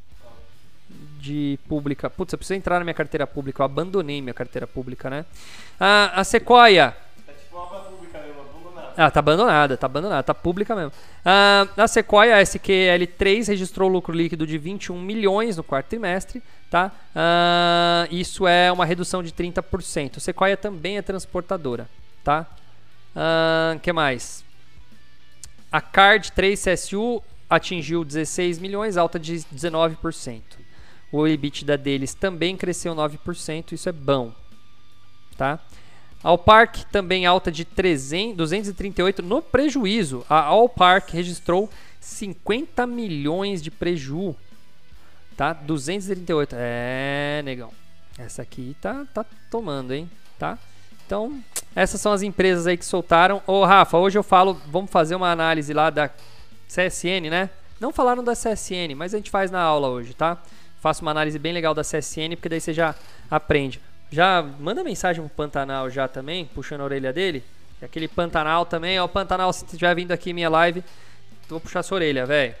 de pública. Putz, eu preciso entrar na minha carteira pública. Eu abandonei minha carteira pública, né? Ah, a Sequoia. É tipo uma pública mesmo, abandonada. Ah, tá abandonada, tá abandonada, tá pública mesmo. Ah, a Sequoia, a S Q L três, registrou lucro líquido de vinte e um milhões no quarto trimestre, tá? Ah, isso é uma redução de trinta por cento. Sequoia também é transportadora, tá? Ah, que mais? A Card três C S U atingiu dezesseis milhões, alta de dezenove por cento. O EBITDA deles também cresceu nove por cento, isso é bom, tá? A Allpark também alta de trezentos, duzentos e trinta e oito no prejuízo. A Allpark registrou cinquenta milhões de preju, tá? duzentos e trinta e oito. É, negão. Essa aqui tá, tá tomando, hein? Tá? Então, essas são as empresas aí que soltaram. Ô, Rafa, hoje eu falo, vamos fazer uma análise lá da C S N, né? Não falaram da C S N, mas a gente faz na aula hoje, tá? Faço uma análise bem legal da C S N, porque daí você já aprende. Já manda mensagem pro Pantanal já também, puxando a orelha dele. E aquele Pantanal também, ó, Pantanal, se estiver vindo aqui minha live, eu vou puxar sua orelha, velho.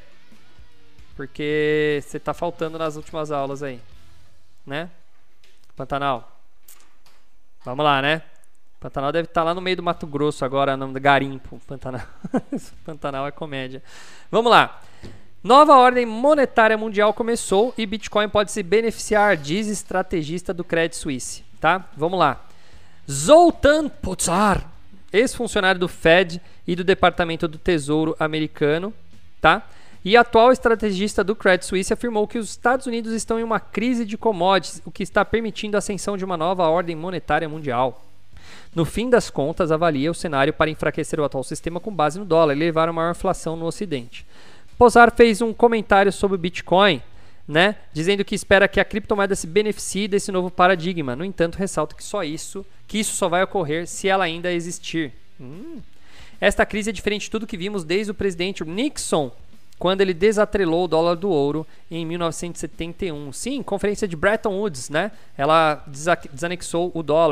Porque você tá faltando nas últimas aulas aí, né? Pantanal. Vamos lá, né? Pantanal deve estar lá no meio do Mato Grosso agora, no garimpo. Pantanal. Pantanal é comédia. Vamos lá. Nova ordem monetária mundial começou e Bitcoin pode se beneficiar, diz estrategista do Credit Suisse, tá? Vamos lá. Zoltan Pozsar, ex-funcionário do Fed e do Departamento do Tesouro americano, tá? E atual estrategista do Credit Suisse afirmou que os Estados Unidos estão em uma crise de commodities, o que está permitindo a ascensão de uma nova ordem monetária mundial. No fim das contas, avalia o cenário para enfraquecer o atual sistema com base no dólar e levar a maior inflação no Ocidente. Pozsar fez um comentário sobre o Bitcoin, né, dizendo que espera que a criptomoeda se beneficie desse novo paradigma. No entanto, ressalta que só isso, que isso só vai ocorrer se ela ainda existir. Hum. Esta crise é diferente de tudo que vimos desde o presidente Nixon, quando ele desatrelou o dólar do ouro em mil novecentos e setenta e um. Sim, conferência de Bretton Woods, né? Ela desanexou o dólar.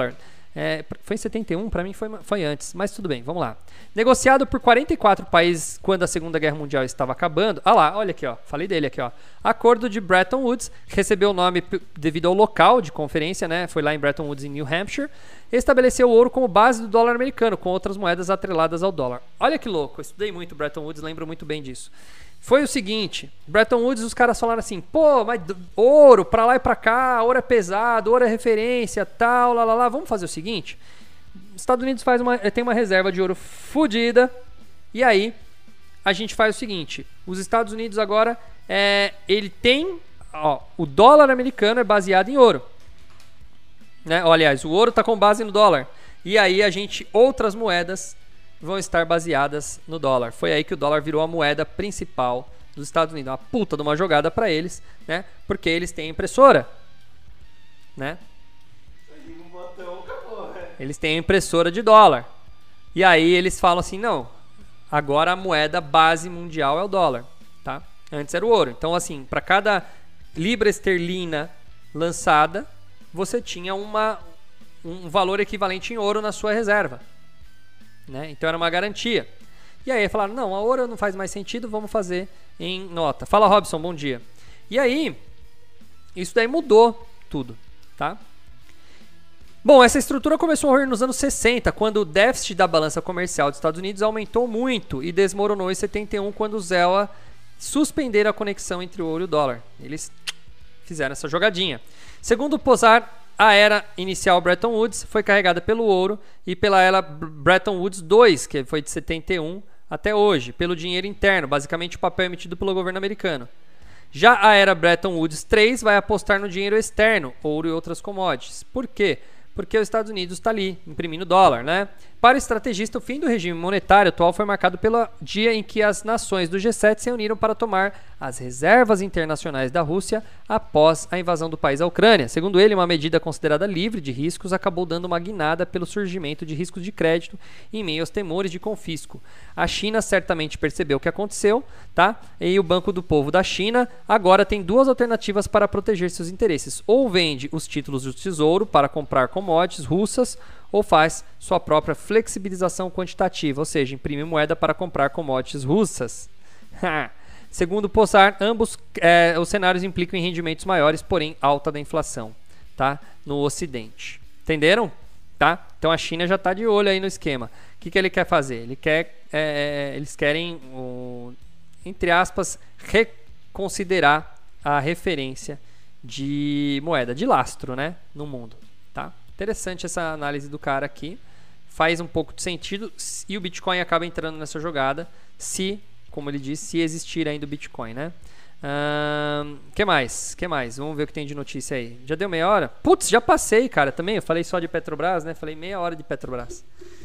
É, foi em setenta e um, para mim foi, foi antes, mas tudo bem, vamos lá. Negociado por quarenta e quatro países quando a Segunda Guerra Mundial estava acabando. Ah lá, olha aqui, ó, falei dele aqui, ó. Acordo de Bretton Woods, recebeu o nome devido ao local de conferência, né? Foi lá em Bretton Woods, em New Hampshire. Estabeleceu o ouro como base do dólar americano, com outras moedas atreladas ao dólar. Olha que louco, eu estudei muito Bretton Woods, lembro muito bem disso. Foi o seguinte, Bretton Woods, os caras falaram assim, pô, mas ouro, pra lá e pra cá, ouro é pesado, ouro é referência, tal, lá, lá, lá. Vamos fazer o seguinte, Estados Unidos faz uma, tem uma reserva de ouro fodida, e aí a gente faz o seguinte, os Estados Unidos agora, é, ele tem, ó, o dólar americano é baseado em ouro, né? Ó, aliás, o ouro está com base no dólar, e aí a gente, outras moedas vão estar baseadas no dólar. Foi aí que o dólar virou a moeda principal dos Estados Unidos. Uma puta de uma jogada para eles, né? Porque eles têm impressora, né? Eles têm impressora de dólar. E aí eles falam assim, não, agora a moeda base mundial é o dólar, tá? Antes era o ouro. Então assim, para cada libra esterlina lançada, você tinha uma, um valor equivalente em ouro na sua reserva. Né? Então era uma garantia. E aí falaram, não, a ouro não faz mais sentido, vamos fazer em nota. Fala, Robson, bom dia. E aí, isso daí mudou tudo, tá? Bom, essa estrutura começou a ocorrer nos anos sessenta, quando o déficit da balança comercial dos Estados Unidos aumentou muito e desmoronou em setenta e um, quando os E L A suspenderam a conexão entre o ouro e o dólar. Eles fizeram essa jogadinha. Segundo o Posar, a era inicial Bretton Woods foi carregada pelo ouro e pela era Bretton Woods dois, que foi de setenta e um até hoje, pelo dinheiro interno, basicamente o papel emitido pelo governo americano. Já a era Bretton Woods três vai apostar no dinheiro externo, ouro e outras commodities. Por quê? Porque os Estados Unidos está ali, imprimindo dólar, né? Para o estrategista, o fim do regime monetário atual foi marcado pelo dia em que as nações do G sete se uniram para tomar as reservas internacionais da Rússia após a invasão do país à Ucrânia. Segundo ele, uma medida considerada livre de riscos acabou dando uma guinada pelo surgimento de riscos de crédito em meio aos temores de confisco. A China certamente percebeu o que aconteceu, tá? E o Banco do Povo da China agora tem duas alternativas para proteger seus interesses. Ou vende os títulos do tesouro para comprar commodities russas, ou faz sua própria flexibilização quantitativa, ou seja, imprime moeda para comprar commodities russas. Segundo Possar, ambos é, os cenários implicam em rendimentos maiores, porém alta da inflação, tá? No Ocidente. Entenderam? Tá? Então a China já está de olho aí no esquema. O que, que ele quer fazer? Ele quer, é, eles querem, o, entre aspas, reconsiderar a referência de moeda, de lastro, né, no mundo, tá? Interessante essa análise do cara aqui, faz um pouco de sentido e o Bitcoin acaba entrando nessa jogada, se, como ele disse, se existir ainda o Bitcoin, né? Hum, que mais? Que mais? Vamos ver o que tem de notícia aí. Já deu meia hora? Putz, já passei, cara, também. Eu falei só de Petrobras, né? Falei meia hora de Petrobras.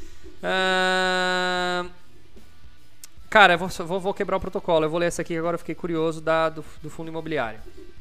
Hum, cara, eu vou, vou, vou quebrar o protocolo. Eu vou ler essa aqui, agora eu fiquei curioso da, do, do fundo imobiliário.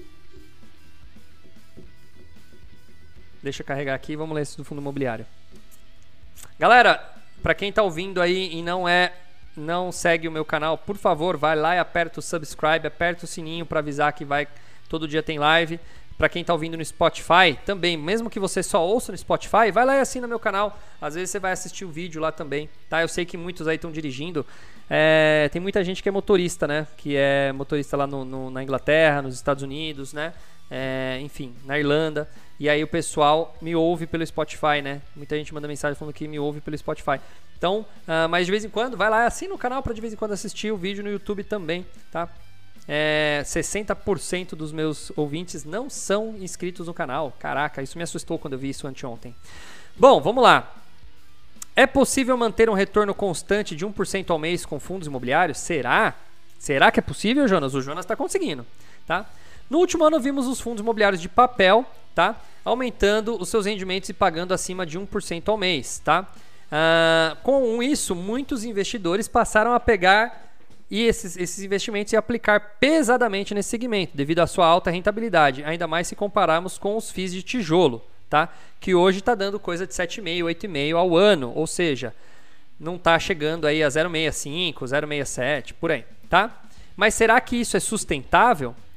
Deixa eu carregar aqui e vamos ler esse do fundo imobiliário. Galera, para quem tá ouvindo aí e não é, não segue o meu canal, por favor, vai lá e aperta o subscribe, aperta o sininho para avisar que vai, todo dia tem live. Para quem tá ouvindo no Spotify, também, mesmo que você só ouça no Spotify, vai lá e assina meu canal. Às vezes você vai assistir o vídeo lá também, tá? Eu sei que muitos aí estão dirigindo. É, tem muita gente que é motorista, né? Que é motorista lá no, no, na Inglaterra, nos Estados Unidos, né? É, enfim, na Irlanda. E aí o pessoal me ouve pelo Spotify, né? Muita gente manda mensagem falando que me ouve pelo Spotify. Então, uh, mas de vez em quando, vai lá, assina o canal para de vez em quando assistir o vídeo no YouTube também, tá? É, sessenta por cento dos meus ouvintes não são inscritos no canal. Caraca, isso me assustou quando eu vi isso anteontem. Bom, vamos lá. É possível manter um retorno constante de um por cento ao mês com fundos imobiliários? Será? Será que é possível, Jonas? O Jonas está conseguindo, tá? No último ano vimos os fundos imobiliários de papel, tá? Aumentando os seus rendimentos e pagando acima de um por cento ao mês, tá? Ah, com isso, muitos investidores passaram a pegar e esses, esses investimentos e aplicar pesadamente nesse segmento, devido à sua alta rentabilidade, ainda mais se compararmos com os F I Is de tijolo, tá? Que hoje está dando coisa de sete vírgula cinco, oito vírgula cinco ao ano, ou seja, não está chegando aí a zero vírgula sessenta e cinco, zero vírgula sessenta e sete, por aí, tá? Mas será que isso é sustentável?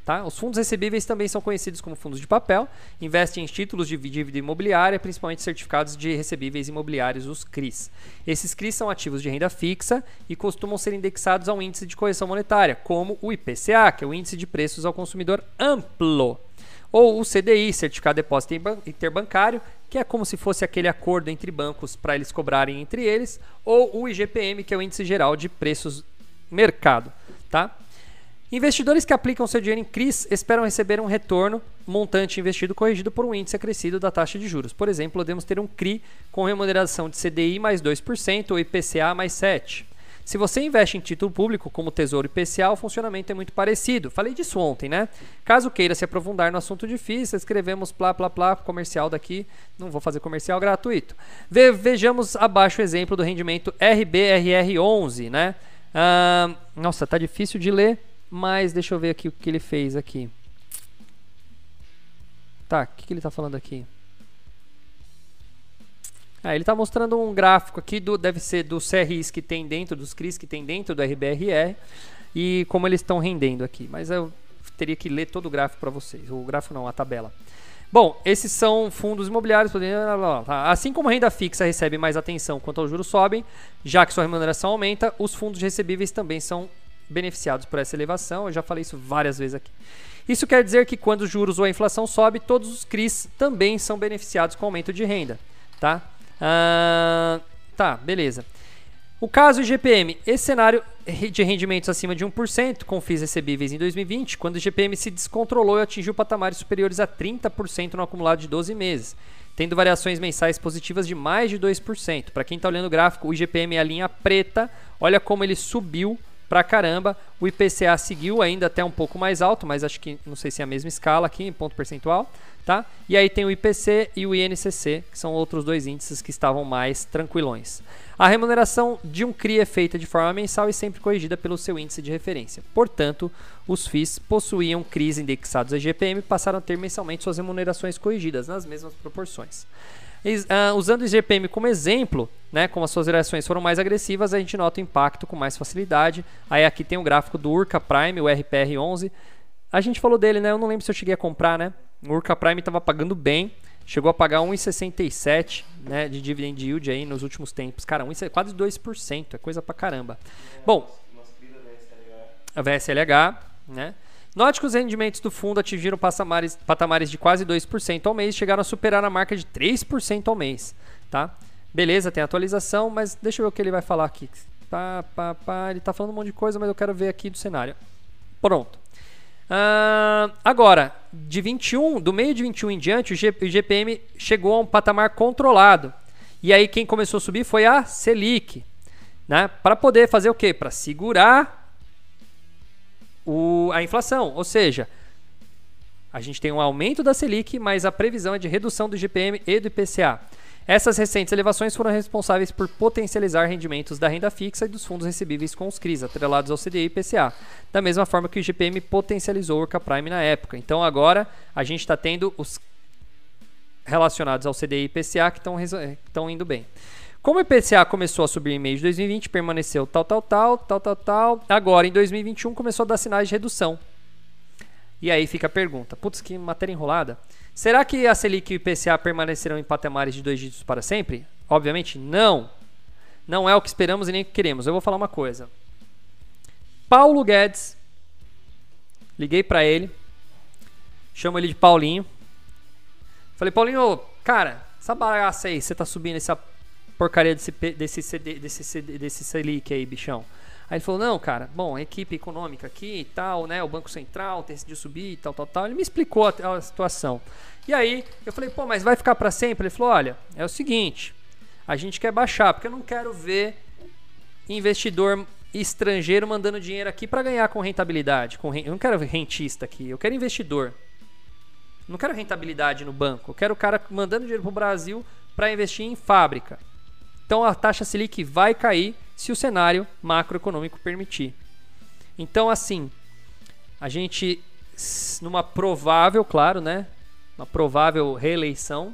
Tá? Os fundos recebíveis também são conhecidos como fundos de papel, investem em títulos de dívida imobiliária, principalmente certificados de recebíveis imobiliários, os C R Is. Esses C R Is são ativos de renda fixa e costumam ser indexados a um índice de correção monetária, como o I P C A, que é o Índice de Preços ao Consumidor Amplo, ou o C D I, Certificado de Depósito Interbancário, que é como se fosse aquele acordo entre bancos para eles cobrarem entre eles, ou o I G P M, que é o Índice Geral de Preços Mercado. Tá? Investidores que aplicam seu dinheiro em C R Is esperam receber um retorno montante investido corrigido por um índice acrescido da taxa de juros. Por exemplo, podemos ter um C R I com remuneração de C D I mais dois por cento ou I P C A mais sete por cento. Se você investe em título público como Tesouro I P C A, o funcionamento é muito parecido. Falei disso ontem, né? Caso queira se aprofundar no assunto difícil, escrevemos plá, plá, plá, comercial daqui. Não vou fazer comercial gratuito. Ve vejamos abaixo o exemplo do rendimento R B R R onze, né? Ah, nossa, tá difícil de ler. Mas deixa eu ver aqui o que ele fez aqui. Tá, o que, que ele está falando aqui? Ah, ele está mostrando um gráfico aqui, do, deve ser dos C R Is que tem dentro, dos C R Is que tem dentro do R B R R. E como eles estão rendendo aqui. Mas eu teria que ler todo o gráfico para vocês. O gráfico não, a tabela. Bom, esses são fundos imobiliários. Assim como a renda fixa recebe mais atenção quanto os juros sobem, já que sua remuneração aumenta, os fundos recebíveis também são beneficiados por essa elevação. Eu já falei isso várias vezes aqui. Isso quer dizer que quando os juros ou a inflação sobe, todos os C R Is também são beneficiados com aumento de renda. Tá, ah, tá, beleza. O caso I G P M, esse cenário de rendimentos acima de um por cento com F I Is recebíveis em dois mil e vinte, quando o I G P M se descontrolou e atingiu patamares superiores a trinta por cento no acumulado de doze meses, tendo variações mensais positivas de mais de dois por cento. Para quem está olhando o gráfico, o I G P M é a linha preta, olha como ele subiu pra caramba. O I P C A seguiu ainda até um pouco mais alto, mas acho que não sei se é a mesma escala aqui em ponto percentual, tá? E aí tem o I P C e o I N C C, que são outros dois índices que estavam mais tranquilões. A remuneração de um C R I é feita de forma mensal e sempre corrigida pelo seu índice de referência. Portanto, os F I Is possuíam C R Is indexados a I G P M e passaram a ter mensalmente suas remunerações corrigidas nas mesmas proporções. Uh, usando o I G P M como exemplo, né, como as suas variações foram mais agressivas, a gente nota o impacto com mais facilidade. Aí aqui tem o gráfico do Urca Prime, o R P R onze. A gente falou dele, né? Eu não lembro se eu cheguei a comprar, né? O Urca Prime estava pagando bem, chegou a pagar um vírgula sessenta e sete, né, de dividend yield aí nos últimos tempos. Cara, um, quase dois por cento, é coisa pra caramba. Bom, a V S L H, né? Note que os rendimentos do fundo atingiram patamares, patamares de quase dois por cento ao mês e chegaram a superar a marca de três por cento ao mês. Tá? Beleza, tem atualização, mas deixa eu ver o que ele vai falar aqui. Pá, pá, pá, ele está falando um monte de coisa, mas eu quero ver aqui do cenário. Pronto. Uh, agora, de vinte e um, do meio de vinte e um em diante, o I G P M chegou a um patamar controlado. E aí quem começou a subir foi a Selic. Né? Para poder fazer o quê? Para segurar O, a inflação, ou seja, a gente tem um aumento da Selic, mas a previsão é de redução do I G P M e do I P C A. Essas recentes elevações foram responsáveis por potencializar rendimentos da renda fixa e dos fundos recebíveis com os C R Is, atrelados ao C D I e I P C A, da mesma forma que o I G P M potencializou o Urca Prime na época. Então agora a gente está tendo os relacionados ao C D I e I P C A que estão indo bem. Como o I P C A começou a subir em meio de dois mil e vinte, permaneceu tal, tal, tal, tal, tal, tal. Agora, em dois mil e vinte e um, começou a dar sinais de redução. E aí fica a pergunta. Putz, que matéria enrolada. Será que a Selic e o I P C A permanecerão em patamares de dois dígitos para sempre? Obviamente, não. Não é o que esperamos e nem o que queremos. Eu vou falar uma coisa. Paulo Guedes. Liguei para ele. Chamo ele de Paulinho. Falei, Paulinho, cara, essa bagaça aí, você tá subindo essa porcaria desse, desse, CD, desse, CD, desse Selic aí, bichão. Aí ele falou, não, cara, bom, a equipe econômica aqui e tal, né, o Banco Central decidiu subir e tal, tal, tal. Ele me explicou a, a situação. E aí, eu falei, pô, mas vai ficar para sempre? Ele falou, olha, é o seguinte, a gente quer baixar, porque eu não quero ver investidor estrangeiro mandando dinheiro aqui para ganhar com rentabilidade. Com, eu não quero rentista aqui, eu quero investidor. Não quero rentabilidade no banco, eu quero o cara mandando dinheiro pro Brasil para investir em fábrica. Então a taxa Selic vai cair se o cenário macroeconômico permitir. Então, assim, a gente, numa provável, claro, né? Uma provável reeleição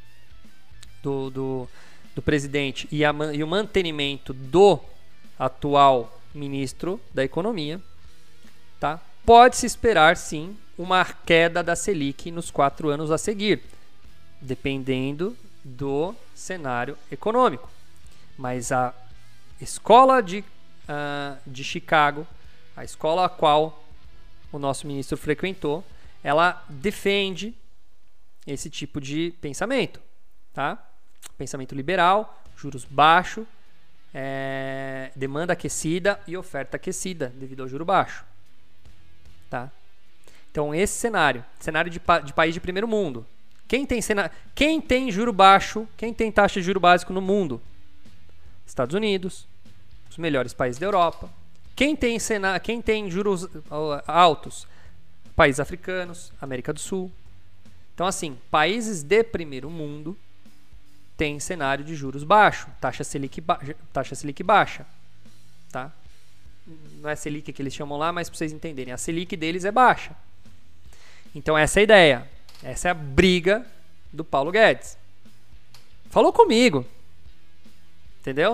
do, do, do presidente e, a, e o mantenimento do atual ministro da Economia, tá? pode-se esperar, sim, uma queda da Selic nos quatro anos a seguir, dependendo do cenário econômico. Mas a escola de, uh, de Chicago, a escola a qual o nosso ministro frequentou, ela defende esse tipo de pensamento, tá? Pensamento liberal, juros baixos, é, demanda aquecida e oferta aquecida devido ao juro baixo, tá? Então esse cenário, cenário de, pa de país de primeiro mundo, quem tem, quem tem juro baixo, quem tem taxa de juro básico no mundo? Estados Unidos, os melhores países da Europa. Quem tem, quem tem juros altos? Países africanos, América do Sul. Então, assim, países de primeiro mundo têm cenário de juros baixo, taxa Selic, ba taxa Selic baixa. Tá? Não é Selic que eles chamam lá, mas para vocês entenderem, a Selic deles é baixa. Então, essa é a ideia. Essa é a briga do Paulo Guedes. Falou comigo. Entendeu?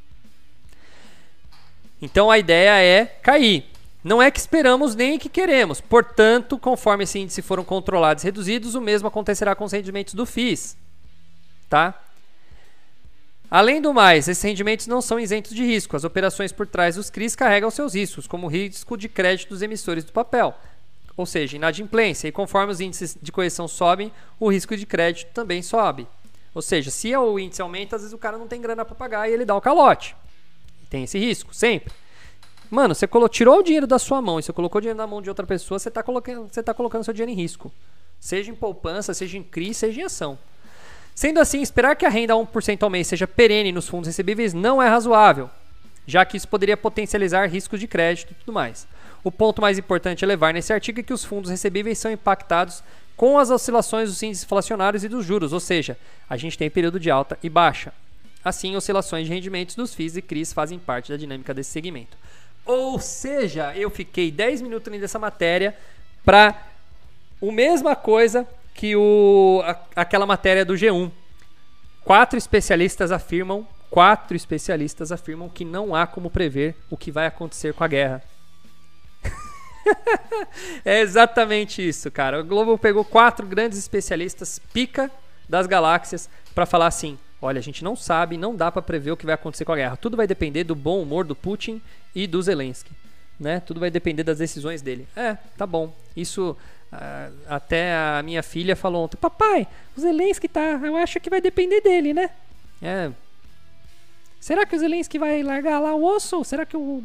Então a ideia é cair. Não é que esperamos nem que queremos. Portanto, conforme esse índice foram controlados e reduzidos, o mesmo acontecerá com os rendimentos do F I S. Tá? Além do mais, esses rendimentos não são isentos de risco. As operações por trás dos C R Is carregam seus riscos, como o risco de crédito dos emissores do papel. Ou seja, inadimplência. E conforme os índices de correção sobem, o risco de crédito também sobe. Ou seja, se o índice aumenta, às vezes o cara não tem grana para pagar e ele dá o calote. Tem esse risco, sempre. Mano, você tirou o dinheiro da sua mão e você colocou o dinheiro na mão de outra pessoa, você está colocando, você tá colocando seu dinheiro em risco. Seja em poupança, seja em C R I, seja em ação. Sendo assim, esperar que a renda a um por cento ao mês seja perene nos fundos recebíveis não é razoável, já que isso poderia potencializar riscos de crédito e tudo mais. O ponto mais importante a levar nesse artigo é que os fundos recebíveis são impactados com as oscilações dos índices inflacionários e dos juros, ou seja, a gente tem período de alta e baixa. Assim, oscilações de rendimentos dos F I Is e C R Is fazem parte da dinâmica desse segmento. Ou seja, eu fiquei dez minutos dessa matéria para a mesma coisa que o, a, aquela matéria do G um. Quatro especialistas afirmam, quatro especialistas afirmam que não há como prever o que vai acontecer com a guerra. É exatamente isso, cara. O Globo pegou quatro grandes especialistas, pica das galáxias, para falar assim: olha, a gente não sabe, não dá para prever o que vai acontecer com a guerra. Tudo vai depender do bom humor do Putin e do Zelensky, né? Tudo vai depender das decisões dele. É, tá bom. Isso, uh, até a minha filha falou ontem: papai, o Zelensky tá, eu acho que vai depender dele, né? É. Será que o Zelensky vai largar lá o osso? Será que o...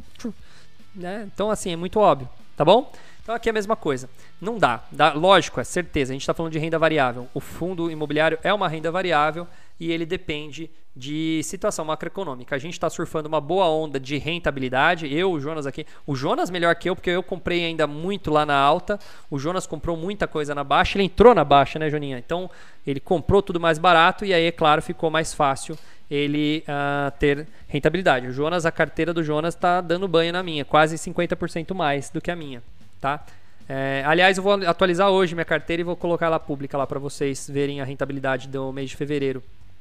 Né? Então, assim, é muito óbvio, tá bom? Então aqui é a mesma coisa. Não dá. dá lógico, é certeza. A gente está falando de renda variável. O fundo imobiliário é uma renda variável e ele depende de situação macroeconômica. A gente está surfando uma boa onda de rentabilidade. Eu, o Jonas aqui. O Jonas melhor que eu, porque eu comprei ainda muito lá na alta. O Jonas comprou muita coisa na baixa. Ele entrou na baixa, né, Joninha? Então ele comprou tudo mais barato e aí, é claro, ficou mais fácil ele uh, ter rentabilidade. O Jonas, a carteira do Jonas está dando banho na minha. Quase cinquenta por cento mais do que a minha. Tá? É, aliás, eu vou atualizar hoje minha carteira e vou colocar ela pública lá para vocês verem a rentabilidade do mês de fevereiro.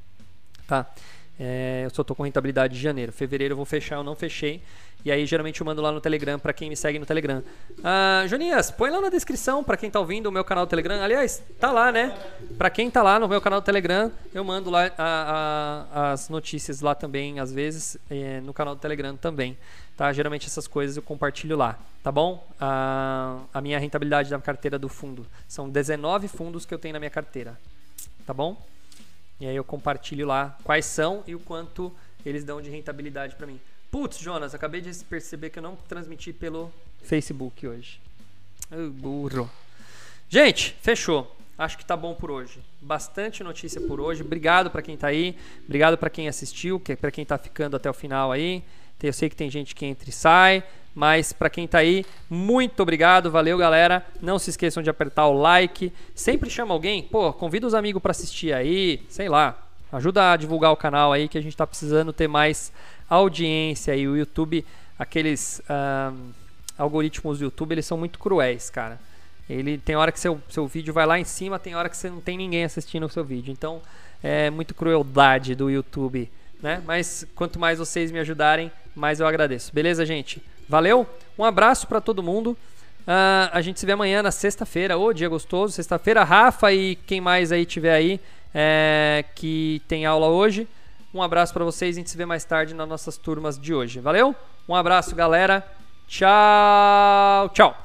Tá? É, eu só tô com rentabilidade de janeiro. Fevereiro eu vou fechar, eu não fechei. E aí geralmente eu mando lá no Telegram para quem me segue no Telegram. Ah, Jonias, põe lá na descrição para quem tá ouvindo o meu canal do Telegram. Aliás, tá lá, né? Para quem tá lá no meu canal do Telegram, eu mando lá a, a, as notícias lá também, às vezes, é, no canal do Telegram também. Tá? Geralmente essas coisas eu compartilho lá, tá bom? A, a minha rentabilidade da carteira do fundo. São dezenove fundos que eu tenho na minha carteira, tá bom? E aí eu compartilho lá quais são e o quanto eles dão de rentabilidade para mim. Putz, Jonas, acabei de perceber que eu não transmiti pelo Facebook hoje. Oh, burro. Gente, fechou. Acho que tá bom por hoje. Bastante notícia por hoje. Obrigado para quem tá aí. Obrigado para quem assistiu, para quem tá ficando até o final aí. Eu sei que tem gente que entra e sai, mas para quem tá aí, muito obrigado, valeu galera. Não se esqueçam de apertar o like. Sempre chama alguém, pô, convida os amigos para assistir aí, sei lá. Ajuda a divulgar o canal aí que a gente tá precisando ter mais audiência aí. O YouTube, aqueles um, algoritmos do YouTube, eles são muito cruéis, cara. Ele tem hora que seu, seu vídeo vai lá em cima, tem hora que você não tem ninguém assistindo o seu vídeo. Então é muito crueldade do YouTube, né? Mas quanto mais vocês me ajudarem, mais eu agradeço. Beleza, gente? Valeu? Um abraço para todo mundo. Uh, a gente se vê amanhã na sexta-feira. Ô, dia gostoso. Sexta-feira, Rafa e quem mais aí tiver aí é, que tem aula hoje. Um abraço pra vocês. A gente se vê mais tarde nas nossas turmas de hoje. Valeu? Um abraço, galera. Tchau, tchau.